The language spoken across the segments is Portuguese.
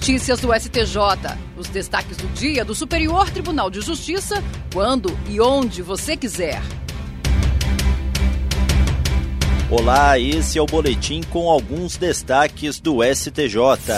Notícias do STJ. Os destaques do dia do Superior Tribunal de Justiça, quando e onde você quiser. Olá, esse é o boletim com alguns destaques do STJ.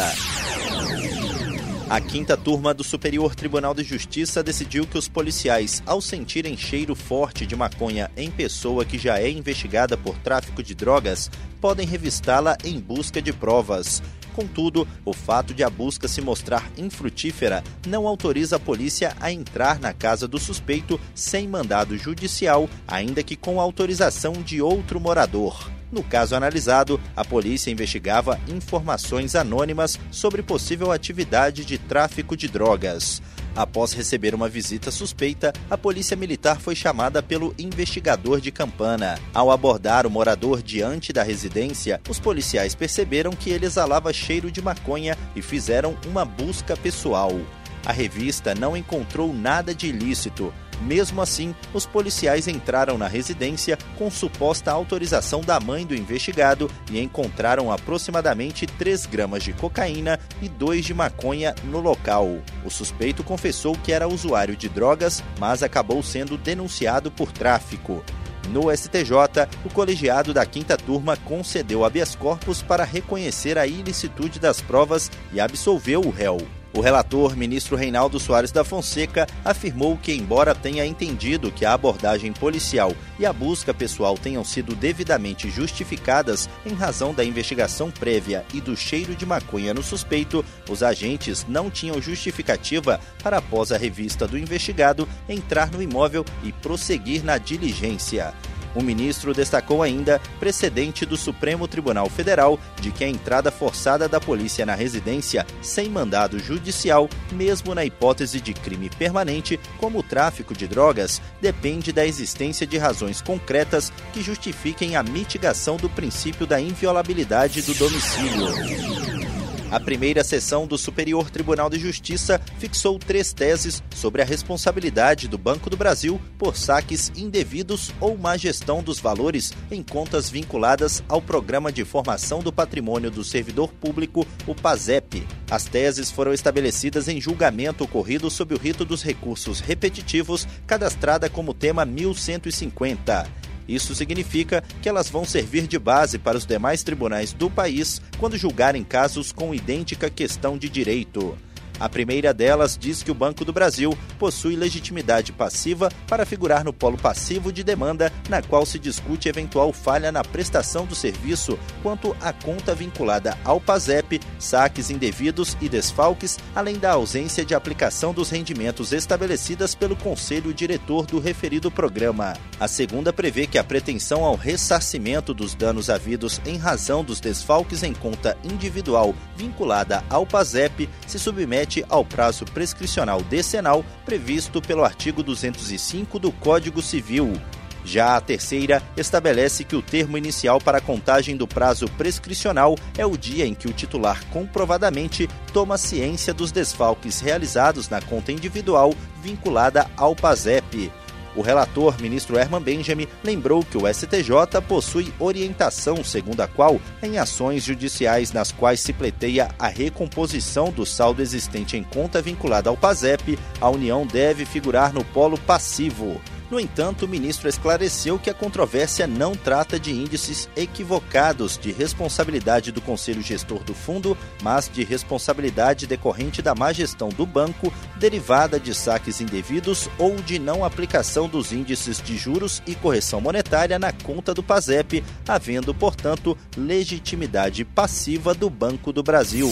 A quinta turma do Superior Tribunal de Justiça decidiu que os policiais, ao sentirem cheiro forte de maconha em pessoa que já é investigada por tráfico de drogas, podem revistá-la em busca de provas. Contudo, o fato de a busca se mostrar infrutífera não autoriza a polícia a entrar na casa do suspeito sem mandado judicial, ainda que com autorização de outro morador. No caso analisado, a polícia investigava informações anônimas sobre possível atividade de tráfico de drogas. Após receber uma visita suspeita, a polícia militar foi chamada pelo investigador de Campana. Ao abordar o morador diante da residência, os policiais perceberam que ele exalava cheiro de maconha e fizeram uma busca pessoal. A revista não encontrou nada de ilícito. Mesmo assim, os policiais entraram na residência com suposta autorização da mãe do investigado e encontraram aproximadamente 3 gramas de cocaína e 2 de maconha no local. O suspeito confessou que era usuário de drogas, mas acabou sendo denunciado por tráfico. No STJ, o colegiado da quinta turma concedeu habeas corpus para reconhecer a ilicitude das provas e absolveu o réu. O relator, ministro Reinaldo Soares da Fonseca, afirmou que, embora tenha entendido que a abordagem policial e a busca pessoal tenham sido devidamente justificadas em razão da investigação prévia e do cheiro de maconha no suspeito, os agentes não tinham justificativa para, após a revista do investigado, entrar no imóvel e prosseguir na diligência. O ministro destacou ainda precedente do Supremo Tribunal Federal de que a entrada forçada da polícia na residência sem mandado judicial, mesmo na hipótese de crime permanente, como o tráfico de drogas, depende da existência de razões concretas que justifiquem a mitigação do princípio da inviolabilidade do domicílio. A primeira sessão do Superior Tribunal de Justiça fixou 3 teses sobre a responsabilidade do Banco do Brasil por saques indevidos ou má gestão dos valores em contas vinculadas ao Programa de Formação do Patrimônio do Servidor Público, o PASEP. As teses foram estabelecidas em julgamento ocorrido sob o rito dos recursos repetitivos, cadastrada como tema 1150. Isso significa que elas vão servir de base para os demais tribunais do país quando julgarem casos com idêntica questão de direito. A primeira delas diz que o Banco do Brasil possui legitimidade passiva para figurar no polo passivo de demanda, na qual se discute eventual falha na prestação do serviço quanto à conta vinculada ao PASEP, saques indevidos e desfalques, além da ausência de aplicação dos rendimentos estabelecidas pelo Conselho Diretor do referido programa. A segunda prevê que a pretensão ao ressarcimento dos danos havidos em razão dos desfalques em conta individual vinculada ao PASEP se submete ao prazo prescricional decenal previsto pelo artigo 205 do Código Civil. Já a terceira estabelece que o termo inicial para a contagem do prazo prescricional é o dia em que o titular comprovadamente toma ciência dos desfalques realizados na conta individual vinculada ao PASEP. O relator, ministro Herman Benjamin, lembrou que o STJ possui orientação segundo a qual, em ações judiciais nas quais se pleiteia a recomposição do saldo existente em conta vinculada ao PASEP, a União deve figurar no polo passivo. No entanto, o ministro esclareceu que a controvérsia não trata de índices equivocados de responsabilidade do Conselho Gestor do Fundo, mas de responsabilidade decorrente da má gestão do banco, derivada de saques indevidos ou de não aplicação dos índices de juros e correção monetária na conta do PASEP, havendo, portanto, legitimidade passiva do Banco do Brasil.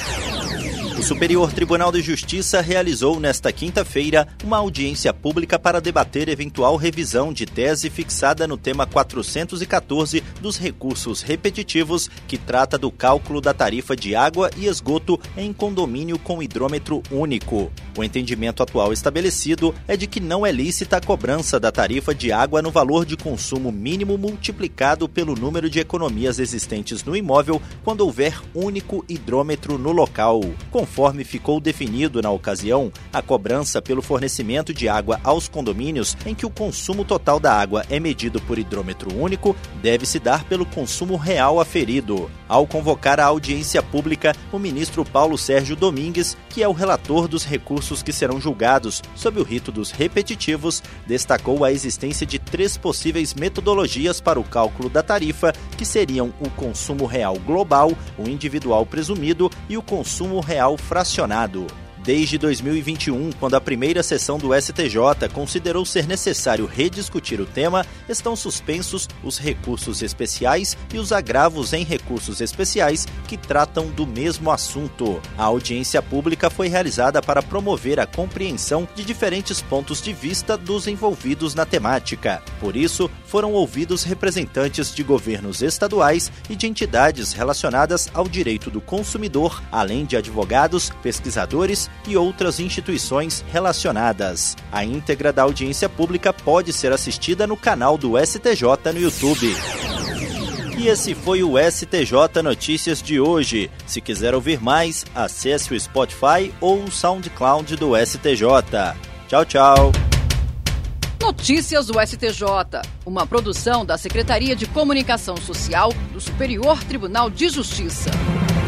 O Superior Tribunal de Justiça realizou nesta quinta-feira uma audiência pública para debater eventual revisão de tese fixada no tema 414 dos recursos repetitivos, que trata do cálculo da tarifa de água e esgoto em condomínio com hidrômetro único. O entendimento atual estabelecido é de que não é lícita a cobrança da tarifa de água no valor de consumo mínimo multiplicado pelo número de economias existentes no imóvel quando houver único hidrômetro no local. Com conforme ficou definido na ocasião, a cobrança pelo fornecimento de água aos condomínios em que o consumo total da água é medido por hidrômetro único deve se dar pelo consumo real aferido. Ao convocar a audiência pública, o ministro Paulo Sérgio Domingues, que é o relator dos recursos que serão julgados sob o rito dos repetitivos, destacou a existência de 3 possíveis metodologias para o cálculo da tarifa, que seriam o consumo real global, o individual presumido e o consumo real fracionado. Desde 2021, quando a primeira sessão do STJ considerou ser necessário rediscutir o tema, estão suspensos os recursos especiais e os agravos em recursos especiais que tratam do mesmo assunto. A audiência pública foi realizada para promover a compreensão de diferentes pontos de vista dos envolvidos na temática. Por isso, foram ouvidos representantes de governos estaduais e de entidades relacionadas ao direito do consumidor, além de advogados, pesquisadores e outras instituições relacionadas. A íntegra da audiência pública pode ser assistida no canal do STJ no YouTube. E esse foi o STJ Notícias de hoje. Se quiser ouvir mais, acesse o Spotify ou o SoundCloud do STJ. Tchau, tchau. Notícias do STJ, uma produção da Secretaria de Comunicação Social do Superior Tribunal de Justiça.